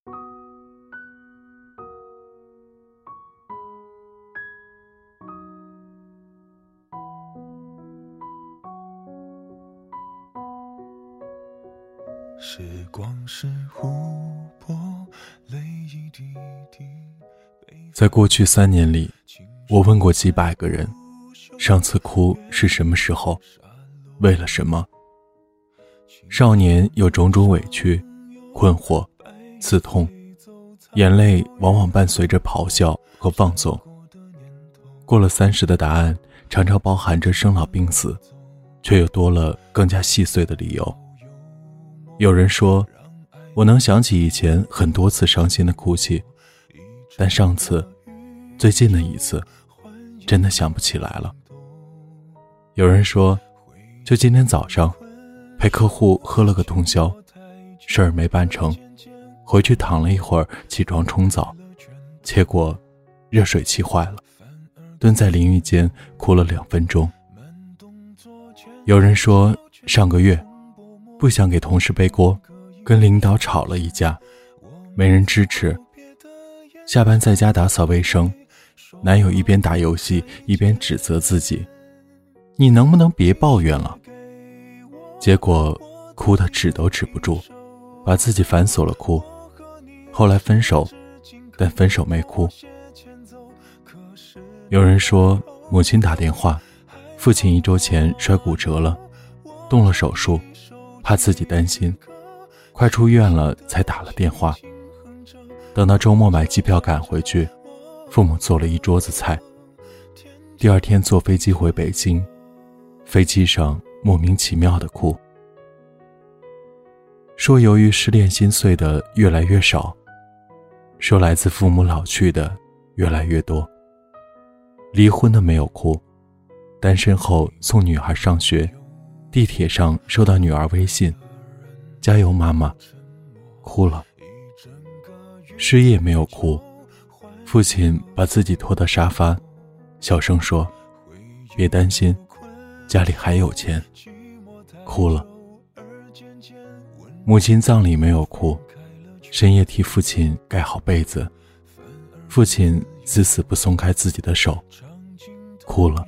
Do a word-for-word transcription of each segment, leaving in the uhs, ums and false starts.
时光是湖泊，泪一滴滴。 在过去三年里，我问过几百个人，上次哭是什么时候，为了什么。少年有种种委屈、困惑、刺痛，眼泪往往伴随着咆哮和放纵。过了三十的答案常常包含着生老病死，却又多了更加细碎的理由。有人说，我能想起以前很多次伤心的哭泣，但上次最近的一次真的想不起来了。有人说，就今天早上陪客户喝了个通宵，事儿没办成，回去躺了一会儿，起床冲澡，结果热水器坏了，蹲在淋浴间哭了两分钟。有人说，上个月不想给同事背锅，跟领导吵了一架，没人支持，下班在家打扫卫生，男友一边打游戏一边指责自己，你能不能别抱怨了。结果哭得止都止不住，把自己反锁了哭。后来分手，但分手没哭。有人说，母亲打电话，父亲一周前摔骨折了，动了手术，怕自己担心，快出院了才打了电话。等到周末买机票赶回去，父母做了一桌子菜。第二天坐飞机回北京，飞机上莫名其妙的哭，说由于失恋心碎的越来越少，说来自父母老去的越来越多。离婚的没有哭，单身后送女孩上学，地铁上收到女儿微信，加油妈妈，哭了。失业没有哭，父亲把自己拖到沙发，小声说，别担心，家里还有钱，哭了。母亲葬礼没有哭，深夜替父亲盖好被子，父亲死死不松开自己的手，哭了。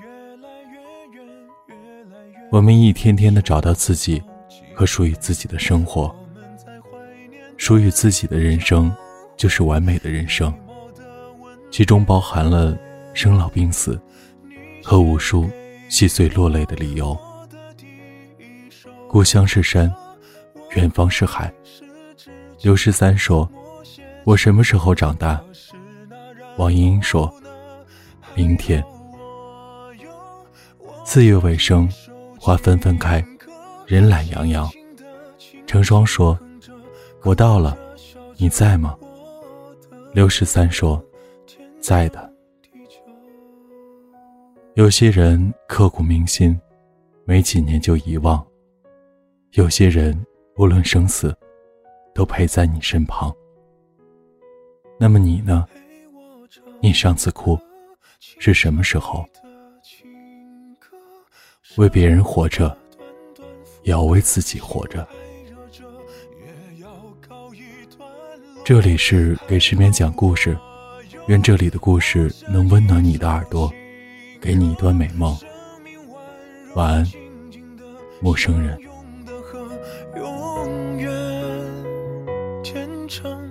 我们一天天地找到自己和属于自己的生活，属于自己的人生就是完美的人生，其中包含了生老病死和无数细碎落泪的理由。故乡是山，远方是海。刘十三说，我什么时候长大？王莹莹说，明天。四月尾声，花纷纷开，人懒洋洋。成双说，我到了，你在吗？刘十三说，在的。有些人刻骨铭心，没几年就遗忘，有些人无论生死都陪在你身旁。那么你呢？你上次哭是什么时候？为别人活着，也要为自己活着。这里是给失眠讲故事，愿这里的故事能温暖你的耳朵，给你一段美梦。晚安，陌生人。 永远天长